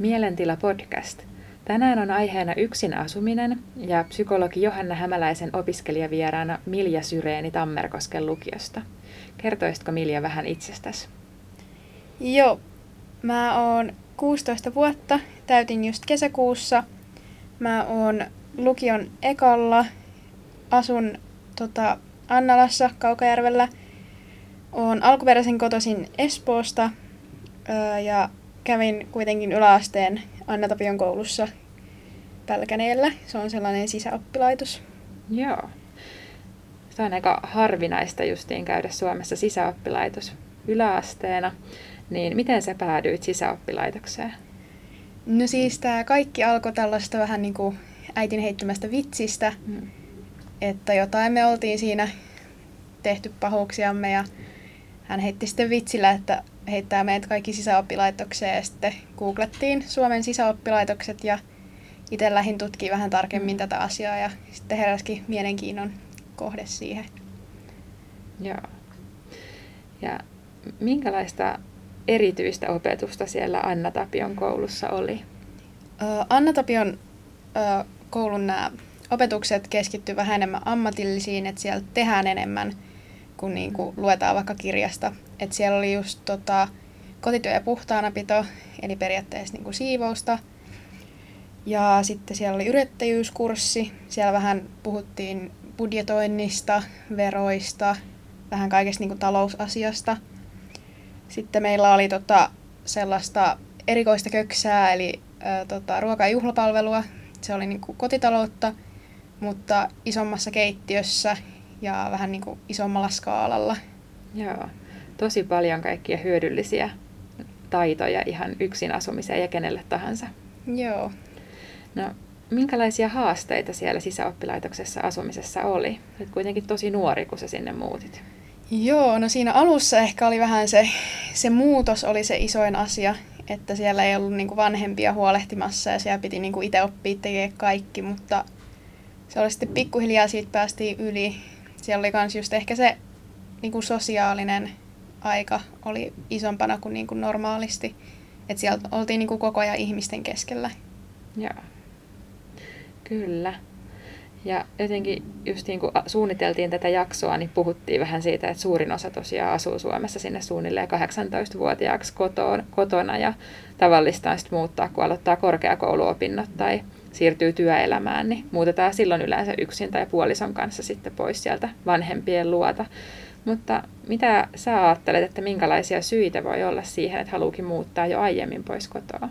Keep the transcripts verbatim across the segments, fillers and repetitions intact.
Mielentila podcast. Tänään on aiheena yksin asuminen ja psykologi Johanna Hämäläisen opiskelijavieraana Milja Syreeni Tammerkosken lukiosta. Kertoisitko Milja vähän itsestäsi? Joo, mä oon kuusitoista vuotta, täytin just kesäkuussa. Mä oon lukion ekalla, asun tota, Annalassa, Kaukajärvellä. Oon alkuperäisen kotoisin Espoosta öö, ja kävin kuitenkin yläasteen Anna Tapion koulussa Pälkäneellä. Se on sellainen sisäoppilaitos. Joo. Se on aika harvinaista justiin käydä Suomessa sisäoppilaitos yläasteena. Niin miten sä päädyit sisäoppilaitokseen? No siis tää kaikki alkoi tällaista vähän niin kuin äitin heittämästä vitsistä. Hmm. Että jotain me oltiin siinä tehty pahuuksiamme ja hän heitti sitten vitsillä, että heittää meidät kaikki sisäoppilaitokseen ja sitten googlettiin Suomen sisäoppilaitokset ja itse lähdin tutkimaan vähän tarkemmin mm. tätä asiaa ja sitten heräsikin mielenkiinnon kohde siihen. Joo. Ja minkälaista erityistä opetusta siellä Anna Tapion koulussa oli? Anna Tapion koulun nämä opetukset keskittyivät vähän enemmän ammatillisiin, että siellä tehdään enemmän kun niinku luetaan vaikka kirjasta. Et siellä oli just tota, kotityö- ja puhtaanapito, eli periaatteessa niinku siivousta. Ja sitten siellä oli yrittäjyyskurssi. Siellä vähän puhuttiin budjetoinnista, veroista, vähän kaikesta niinku talousasiasta. Sitten meillä oli tota, sellaista erikoista köksää, eli ä, tota, ruoka- ja juhlapalvelua. Se oli niinku kotitaloutta, mutta isommassa keittiössä ja vähän niin kuin isommalla skaalalla. Joo, tosi paljon kaikkia hyödyllisiä taitoja ihan yksin asumiseen ja kenelle tahansa. Joo. No, minkälaisia haasteita siellä sisäoppilaitoksessa asumisessa oli? Olet kuitenkin tosi nuori, kun sä sinne muutit. Joo, no siinä alussa ehkä oli vähän se, se muutos oli se isoin asia, että siellä ei ollut niin kuin vanhempia huolehtimassa ja siellä piti niin kuin itse oppia tekemään kaikki, mutta se oli sitten pikkuhiljaa siitä päästiin yli. Siellä oli myös just ehkä se niin kuin sosiaalinen aika oli isompana kuin, niin kuin normaalisti. Että siellä oltiin niin kuin koko ajan ihmisten keskellä. Joo, kyllä. Ja jotenkin just niin kuin suunniteltiin tätä jaksoa, niin puhuttiin vähän siitä, että suurin osa tosiaan asuu Suomessa sinne suunnilleen kahdeksantoistavuotiaaksi kotoon, kotona. Ja tavallista on sitten muuttaa, kun aloittaa korkeakouluopinnot tai siirtyy työelämään, niin muutetaan silloin yleensä yksin tai puolison kanssa sitten pois sieltä vanhempien luota. Mutta mitä sä ajattelet, että minkälaisia syitä voi olla siihen, että haluukin muuttaa jo aiemmin pois kotoa?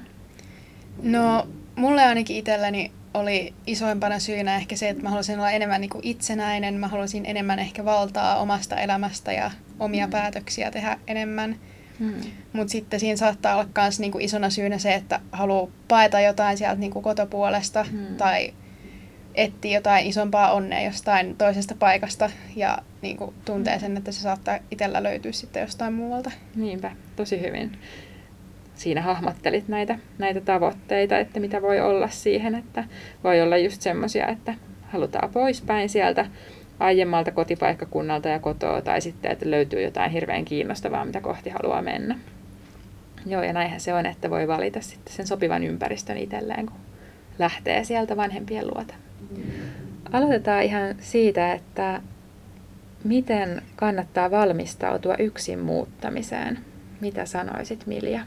No, mulle ainakin itselläni oli isoimpana syynä ehkä se, että mä haluaisin olla enemmän niin kuin itsenäinen, mä haluaisin enemmän ehkä valtaa omasta elämästä ja omia mm. päätöksiä tehdä enemmän. Hmm. Mutta sitten siinä saattaa olla myös niinku isona syynä se, että haluaa paeta jotain sieltä niinku kotopuolesta hmm. tai etsiä jotain isompaa onnea jostain toisesta paikasta ja niinku tuntee sen, että se saattaa itsellä löytyä sitten jostain muualta. Niinpä, tosi hyvin. Siinä hahmottelit näitä, näitä tavoitteita, että mitä voi olla siihen, että voi olla just semmoisia, että halutaan poispäin sieltä aiemmalta kotipaikkakunnalta ja kotoa, tai sitten, että löytyy jotain hirveän kiinnostavaa, mitä kohti haluaa mennä. Joo, ja näinhän se on, että voi valita sitten sen sopivan ympäristön itselleen, kun lähtee sieltä vanhempien luota. Aloitetaan ihan siitä, että miten kannattaa valmistautua yksin muuttamiseen. Mitä sanoisit, Milja?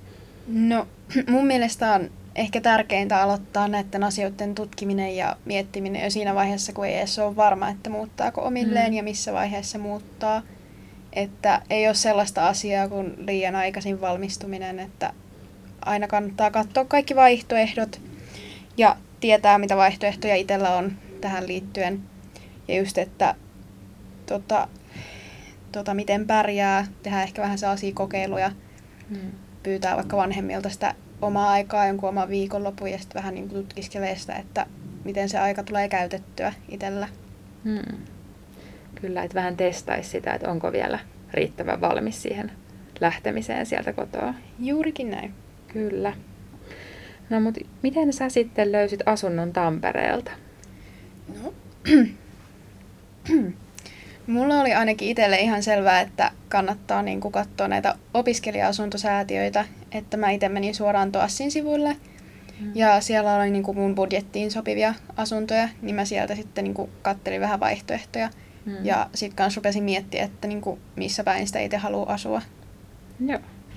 No, mun mielestä on ehkä tärkeintä aloittaa näiden asioiden tutkiminen ja miettiminen jo siinä vaiheessa, kun ei edes ole varma, että muuttaako omilleen mm. ja missä vaiheessa muuttaa. Että ei ole sellaista asiaa kuin liian aikaisin valmistuminen, että aina kannattaa katsoa kaikki vaihtoehdot ja tietää, mitä vaihtoehtoja itsellä on tähän liittyen. Ja just, että tota, tota, miten pärjää, tehdään ehkä vähän sellaisia kokeiluja, mm. pyytää vaikka vanhemmilta sitä omaa aikaa, jonkun oman viikonlopun ja sitten vähän niin kuin tutkiskelee sitä, että miten se aika tulee käytettyä itsellä. Hmm. Kyllä, että vähän testaisi sitä, että onko vielä riittävän valmis siihen lähtemiseen sieltä kotoa. Juurikin näin. Kyllä. No, mutta miten sä sitten löysit asunnon Tampereelta? No, Mulla oli ainakin itselle ihan selvää, että kannattaa niin kuin katsoa näitä opiskelija-asuntosäätiöitä, että mä itse menin suoraan Toassin sivuille. Mm. Ja siellä oli niin kuin mun budjettiin sopivia asuntoja, niin mä sieltä sitten niin kuin kattelin vähän vaihtoehtoja. Mm. Ja sitten kanssa rupesin miettimään, että niin kuin missä päin sitä itse haluaa asua. Joo.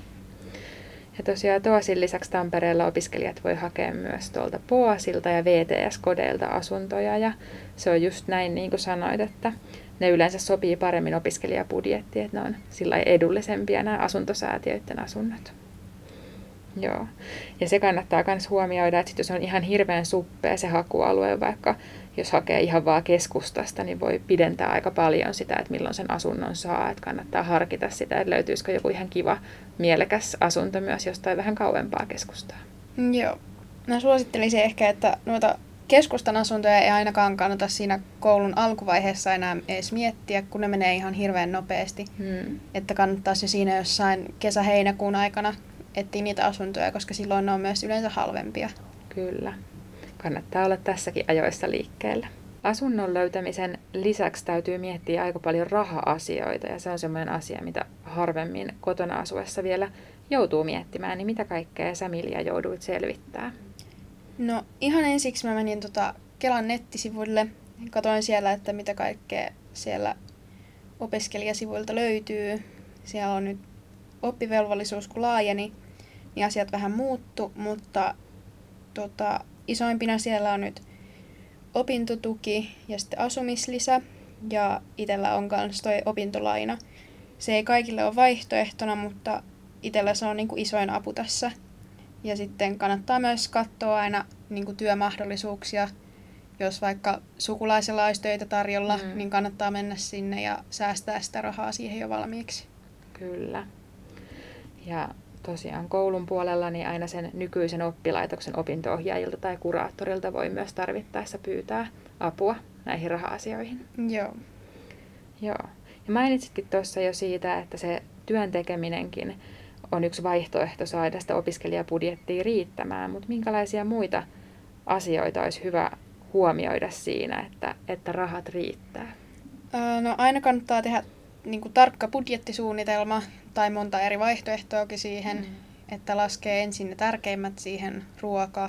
Ja tosiaan Toasin lisäksi Tampereella opiskelijat voi hakea myös tuolta Poasilta ja V T S-kodeilta asuntoja. Ja se on just näin, niin kuin sanoit, että ne yleensä sopii paremmin opiskelijabudjettiin, että ne on sillä edullisempia nämä asuntosäätiöiden asunnot. Joo. Ja se kannattaa myös huomioida, että sit jos on ihan hirveän suppea se hakualue, vaikka jos hakee ihan vaan keskustasta, niin voi pidentää aika paljon sitä, että milloin sen asunnon saa. Että kannattaa harkita sitä, että löytyisikö joku ihan kiva, mielekäs asunto myös jostain vähän kauempaa keskustaa. Joo. Mä suosittelisin ehkä, että noita keskustan asuntoja ei ainakaan kannata siinä koulun alkuvaiheessa enää edes miettiä, kun ne menee ihan hirveän nopeasti. Hmm. Että kannattaisi siinä jossain kesä-heinäkuun aikana etsiä niitä asuntoja, koska silloin ne on myös yleensä halvempia. Kyllä. Kannattaa olla tässäkin ajoissa liikkeellä. Asunnon löytämisen lisäksi täytyy miettiä aika paljon raha-asioita, ja se on semmoinen asia, mitä harvemmin kotona asuessa vielä joutuu miettimään. Niin mitä kaikkea sä, Milja, jouduit selvittää? No ihan ensiksi mä menin tota Kelan nettisivuille. Katoin siellä, että mitä kaikkea siellä opiskelijasivuilta löytyy. Siellä on nyt oppivelvollisuus kun laajeni, niin asiat vähän muuttu, mutta tota, isoimpina siellä on nyt opintotuki ja sitten asumislisä. Ja itsellä on myös toi opintolaina. Se ei kaikille ole vaihtoehtona, mutta itsellä se on niinku isoin apu tässä. Ja sitten kannattaa myös katsoa aina niin kuin työmahdollisuuksia. Jos vaikka sukulaisella olisi töitä tarjolla, mm. niin kannattaa mennä sinne ja säästää sitä rahaa siihen jo valmiiksi. Kyllä. Ja tosiaan koulun puolella niin aina sen nykyisen oppilaitoksen opinto-ohjaajilta tai kuraattorilta voi myös tarvittaessa pyytää apua näihin raha-asioihin. Joo. Joo. Ja mainitsitkin tuossa jo siitä, että se työn tekeminenkin on yksi vaihtoehto saada sitä opiskelijabudjettia riittämään, mutta minkälaisia muita asioita olisi hyvä huomioida siinä, että, että rahat riittää? No aina kannattaa tehdä niin kuin tarkka budjettisuunnitelma tai monta eri vaihtoehtoakin siihen, mm. että laskee ensin ne tärkeimmät siihen, ruoka,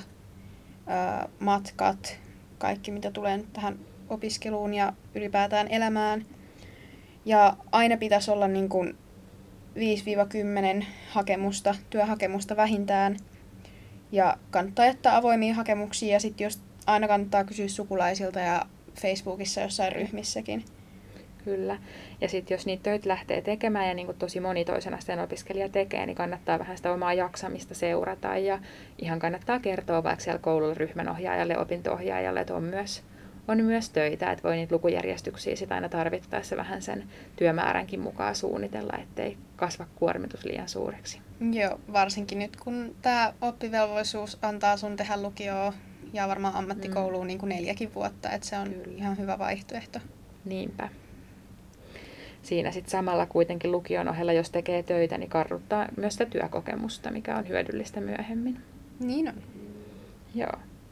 matkat, kaikki mitä tulee nyt tähän opiskeluun ja ylipäätään elämään. Ja aina pitäisi olla niin kuin viisi kymmenen hakemusta, työhakemusta vähintään. Ja kannattaa jättää avoimia hakemuksia ja sitten jos aina kannattaa kysyä sukulaisilta ja Facebookissa jossain ryhmissäkin. Kyllä. Ja sitten jos niitä töitä lähtee tekemään ja niin kuin tosi moni toisen asteen opiskelija tekee, niin kannattaa vähän sitä omaa jaksamista seurata. Ja ihan kannattaa kertoa vaikka siellä koululla ryhmänohjaajalle, opinto-ohjaajalle, että on myös, on myös töitä, että voi niitä lukujärjestyksiä sitä aina tarvittaessa vähän sen työmääränkin mukaan suunnitella, ettei kasva kuormitus liian suureksi. Joo, varsinkin nyt kun tämä oppivelvollisuus antaa sun tehdä lukioon ja varmaan ammattikouluun mm. niin kuin neljäkin vuotta, että se on Kyllä. ihan hyvä vaihtoehto. Niinpä. Siinä sitten samalla kuitenkin lukion ohella, jos tekee töitä, niin karruttaa myös sitä työkokemusta, mikä on hyödyllistä myöhemmin. Niin on. Joo.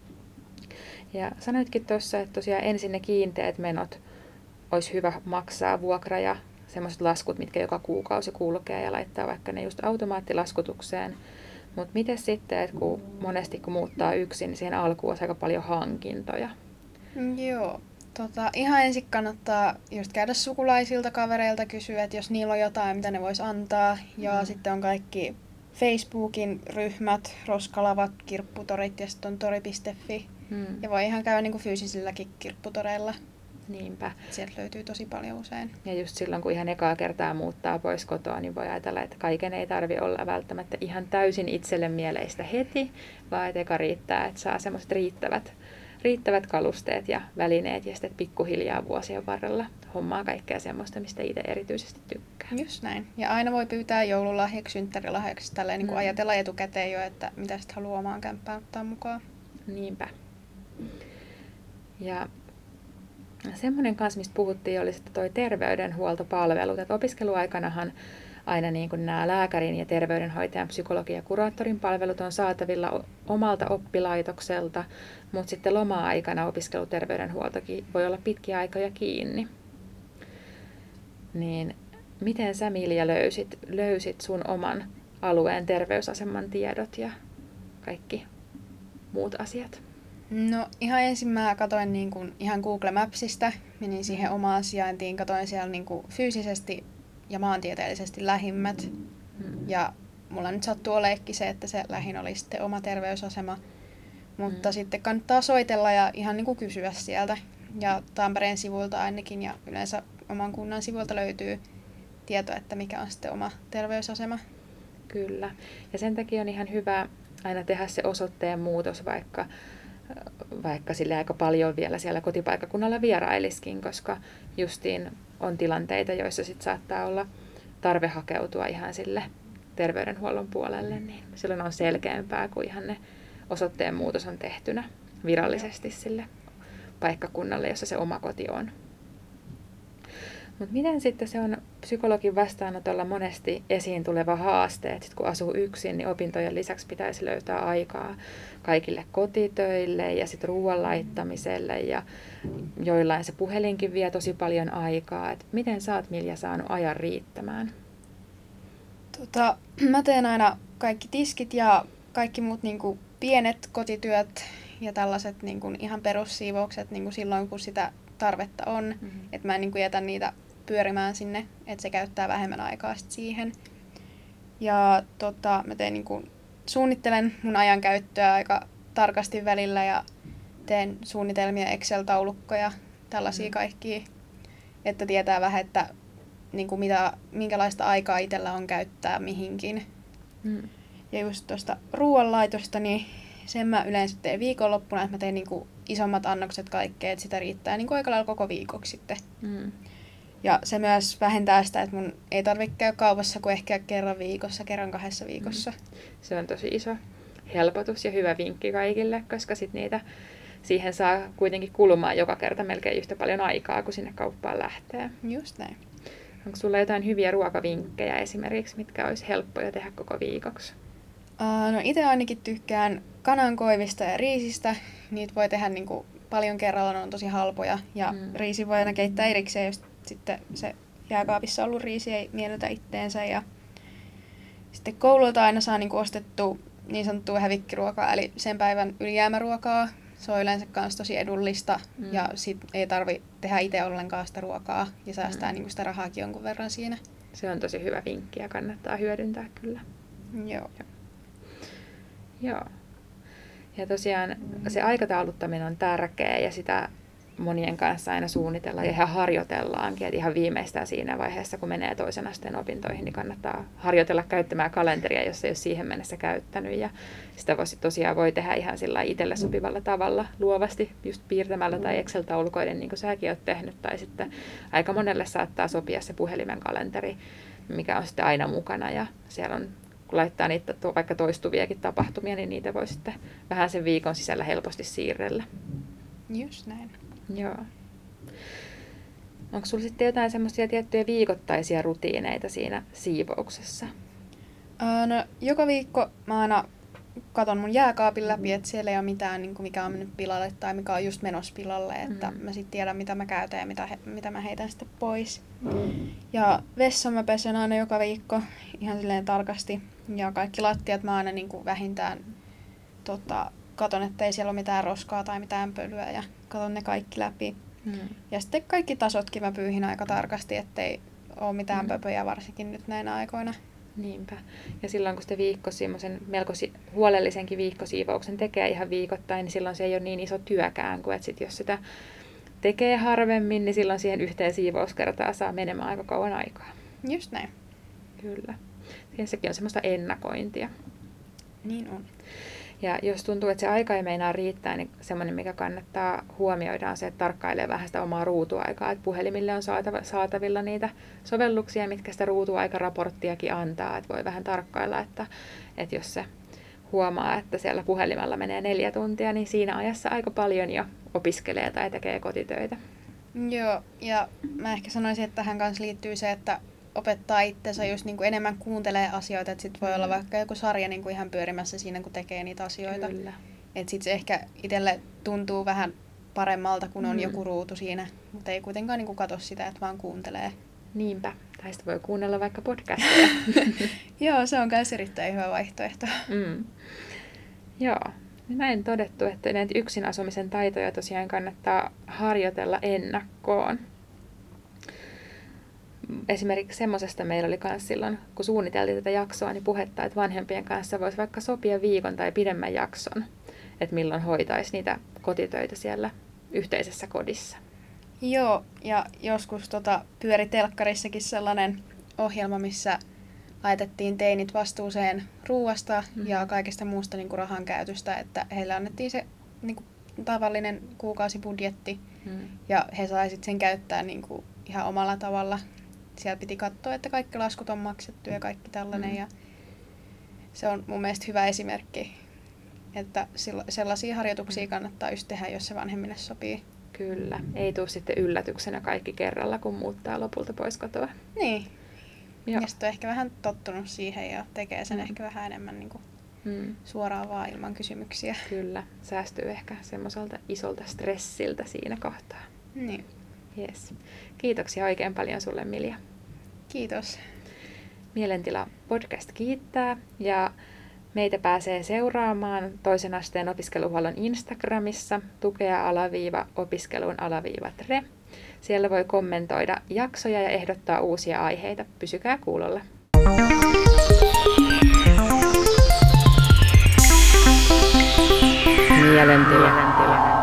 Ja sanoitkin tuossa, että tosiaan ensin ne kiinteät menot olisi hyvä maksaa, vuokra ja semmoiset laskut, mitkä joka kuukausi kulkee ja laittaa vaikka ne just automaattilaskutukseen. Mutta miten sitten, että kun monesti kun muuttaa yksin, niin siihen alkuun on aika paljon hankintoja. Joo. Tota, ihan ensin kannattaa just käydä sukulaisilta, kavereilta kysyä, että jos niillä on jotain, mitä ne vois antaa. Ja mm. sitten on kaikki Facebookin ryhmät, roskalavat, kirpputorit ja sitten on tori piste fi. Mm. Ja voi ihan käydä niinku fyysisilläkin kirpputoreilla. Niinpä. Sieltä löytyy tosi paljon usein. Ja just silloin, kun ihan ekaa kertaa muuttaa pois kotoa, niin voi ajatella, että kaiken ei tarvi olla välttämättä ihan täysin itselle mieleistä heti, vaan että eka riittää, että saa semmoiset riittävät, riittävät kalusteet ja välineet ja sitten pikkuhiljaa vuosien varrella hommaa kaikkea semmoista, mistä itse erityisesti tykkää. Just näin. Ja aina voi pyytää joululahjaksi, synttärilahjaksi, tälleen niin kuin mm. ajatella etukäteen jo, että mitä sitten haluaa omaan kämppään ottaa mukaan. Niinpä. Ja semmoinen kanssa, mistä puhuttiin, oli sitten toi terveydenhuoltopalvelut. Että opiskeluaikanahan aina niin kuin nämä lääkärin ja terveydenhoitajan, psykologin ja kuraattorin palvelut on saatavilla omalta oppilaitokselta, mutta sitten loma-aikana opiskeluterveydenhuoltokin voi olla pitkiä aikoja kiinni. niin miten sä, Milja, löysit, löysit sun oman alueen terveysaseman tiedot ja kaikki muut asiat? No ihan ensin mä katsoin niin kuin ihan Google Mapsista, menin siihen omaan sijaintiin, katsoin siellä niin kuin fyysisesti ja maantieteellisesti lähimmät. Hmm. Ja mulla nyt sattuu oleekin se, että se lähin oli sitten oma terveysasema. Mutta hmm. sitten kannattaa soitella ja ihan niin kuin kysyä sieltä. Ja Tampereen sivuilta ainakin ja yleensä oman kunnan sivuilta löytyy tieto, että mikä on sitten oma terveysasema. Kyllä. Ja sen takia on ihan hyvä aina tehdä se osoitteen muutos, vaikka, vaikka sille aika paljon vielä siellä kotipaikkakunnalla vierailiskin, koska justiin on tilanteita, joissa sit saattaa olla tarve hakeutua ihan sille terveydenhuollon puolelle, niin silloin on selkeämpää, kuin ihan ne osoitteen muutos on tehtynä virallisesti sille paikkakunnalle, jossa se oma koti on. Mutta miten sitten se on psykologin vastaanotolla monesti esiin tuleva haaste, että sit kun asuu yksin, niin opintojen lisäksi pitäisi löytää aikaa kaikille kotitöille ja sitten ruoan laittamiselle ja joillain se puhelinkin vie tosi paljon aikaa. Et miten sä oot, Milja, saanut ajan riittämään? Tota, mä teen aina kaikki tiskit ja kaikki muut niinku pienet kotityöt ja tällaiset niinku ihan perussiivoukset niinku silloin, kun sitä tarvetta on. Mm-hmm. Että mä en niinku jätä niitä pyörimään sinne, että se käyttää vähemmän aikaa sit siihen. Ja tota, mä teen niinku, suunnittelen mun ajan käyttöä aika tarkasti välillä ja teen suunnitelmia, Excel-taulukkoja, tällaisia mm-hmm. kaikkia, että tietää vähän, että niinku mitä, minkälaista aikaa itsellä on käyttää mihinkin. Mm. Ja just tuosta ruoanlaitosta, niin sen mä yleensä teen viikonloppuna, että mä teen niinku isommat annokset kaikkea, että sitä riittää niinku aika lailla koko viikoksi sitten. Mm. Ja se myös vähentää sitä, että mun ei tarvitse käydä kaupassa kuin ehkä kerran viikossa, kerran kahdessa viikossa. Mm. Se on tosi iso helpotus ja hyvä vinkki kaikille, koska sit niitä siihen saa kuitenkin kulumaan joka kerta melkein yhtä paljon aikaa, kun sinne kauppaan lähtee. Just näin. Onko sulla jotain hyviä ruokavinkkejä esimerkiksi, mitkä olisi helppoja tehdä koko viikoksi? Uh, no itse ainakin tykkään kanankoivista ja riisistä. Niitä voi tehdä niin kuin paljon kerralla, ne on tosi halpoja. Ja mm. riisi voi aina keittää erikseen, jos sitten se jääkaapissa ollut riisi ei miellytä itteensä. Ja sitten koululta aina saa niin kuin ostettua niin sanottua hävikkiruokaa, eli sen päivän ylijäämäruokaa. Se on yleensä myös tosi edullista mm. ja sit ei tarvi tehdä itse ollenkaan sitä ruokaa ja säästää mm. niin kuin sitä rahaakin jonkun verran siinä. Se on tosi hyvä vinkki ja kannattaa hyödyntää kyllä. Joo. Joo. Ja tosiaan se aikatauluttaminen on tärkeä ja sitä monien kanssa aina suunnitellaan ja ihan harjoitellaankin. Et ihan viimeistään siinä vaiheessa, kun menee toisen asteen opintoihin, niin kannattaa harjoitella käyttämään kalenteria, jos ei ole siihen mennessä käyttänyt. Ja sitä voisi, tosiaan voi tehdä ihan sillä itselle sopivalla tavalla, luovasti, just piirtämällä tai Excel-taulukoiden, niin kuin säkin olet tehnyt. Tai sitten aika monelle saattaa sopia se puhelimen kalenteri, mikä on sitten aina mukana. Ja siellä on, kun laittaa niitä vaikka toistuviakin tapahtumia, niin niitä voi sitten vähän sen viikon sisällä helposti siirrellä. Just näin. Joo. Onko sulla sitten jotain semmoisia tiettyjä viikoittaisia rutiineita siinä siivouksessa? Öö, no, joka viikko mä aina katon mun jääkaapin läpi, että siellä ei ole mitään, niin kuin mikä on mennyt pilalle tai mikä on just menossa pilalle, että mm. mä sitten tiedän, mitä mä käytän ja mitä, he, mitä mä heitän sitten pois. Mm. Ja vessan mä pesen aina joka viikko ihan silleen tarkasti ja kaikki lattiat mä aina niin kuin vähintään tota, katon, että ei siellä ole mitään roskaa tai mitään pölyä ja katon ne kaikki läpi. Hmm. Ja sitten kaikki tasotkin mä pyyhin aika tarkasti, ettei ole mitään hmm. pöpöjä varsinkin nyt näinä aikoina. Niinpä. Ja silloin kun sitten viikko semmoisen melko si- huolellisenkin viikkosiivouksen tekee ihan viikoittain, niin silloin se ei ole niin iso työkään kuin että sit jos sitä tekee harvemmin, niin silloin siihen yhteen siivouskertaan saa menemään aika kauan aikaa. Just näin. Kyllä. Siinäkin on semmoista ennakointia. Niin on. Ja jos tuntuu, että se aika ei meinaa riittää, niin semmoinen, mikä kannattaa huomioida, on se, että tarkkailee vähän sitä omaa ruutuaikaa. Että puhelimille on saatavilla niitä sovelluksia, mitkä sitä ruutuaikaraporttiakin antaa. Että voi vähän tarkkailla, että, että jos se huomaa, että siellä puhelimella menee neljä tuntia, niin siinä ajassa aika paljon jo opiskelee tai tekee kotitöitä. Joo, ja mä ehkä sanoisin, että tähän kanssa liittyy se, että opettaa itsensä just niin kuin enemmän kuuntelee asioita, että sit voi mm. olla vaikka joku sarja niin kuin ihan pyörimässä siinä, kun tekee niitä asioita. Kyllä. Että sit se ehkä itselle tuntuu vähän paremmalta, kun on mm. joku ruutu siinä, mutta ei kuitenkaan niin kuin katso sitä, että vaan kuuntelee. Niinpä. Tai sitten voi kuunnella vaikka podcasteja. Joo, se on myös erittäin hyvä vaihtoehto. Mm. Joo. Näin todettu, että näitä yksin asumisen taitoja tosiaan kannattaa harjoitella ennakkoon. Esimerkiksi semmoisesta meillä oli myös silloin, kun suunniteltiin tätä jaksoa, niin puhetta, että vanhempien kanssa voisi vaikka sopia viikon tai pidemmän jakson, että milloin hoitaisi niitä kotitöitä siellä yhteisessä kodissa. Joo, ja joskus tota, pyöri telkkarissakin sellainen ohjelma, missä laitettiin teinit vastuuseen ruuasta mm. ja kaikesta muusta niin kuin rahan käytöstä, että heille annettiin se niin kuin, tavallinen kuukausibudjetti mm. ja he saivat sen käyttää niin kuin, ihan omalla tavalla. Siellä piti katsoa, että kaikki laskut on maksettu ja kaikki tällainen. Mm. Ja se on mun mielestä hyvä esimerkki, että sellaisia harjoituksia kannattaa just tehdä, jos se vanhemmille sopii. Kyllä. Ei tule sitten yllätyksenä kaikki kerralla, kun muuttaa lopulta pois kotoa. Niin. Joo. Ja sitten on ehkä vähän tottunut siihen ja tekee sen mm. ehkä vähän enemmän niin kuin mm. suoraan vaan ilman kysymyksiä. Kyllä. Säästyy ehkä semmoiselta isolta stressiltä siinä kohtaa. Niin. Yes. Kiitoksia oikein paljon sulle, Milja. Kiitos. Mielentila podcast kiittää ja meitä pääsee seuraamaan toisen asteen opiskeluhuollon Instagramissa tukea alaviiva opiskelun alaviiva tre. Siellä voi kommentoida jaksoja ja ehdottaa uusia aiheita. Pysykää kuulolla. Mielentila.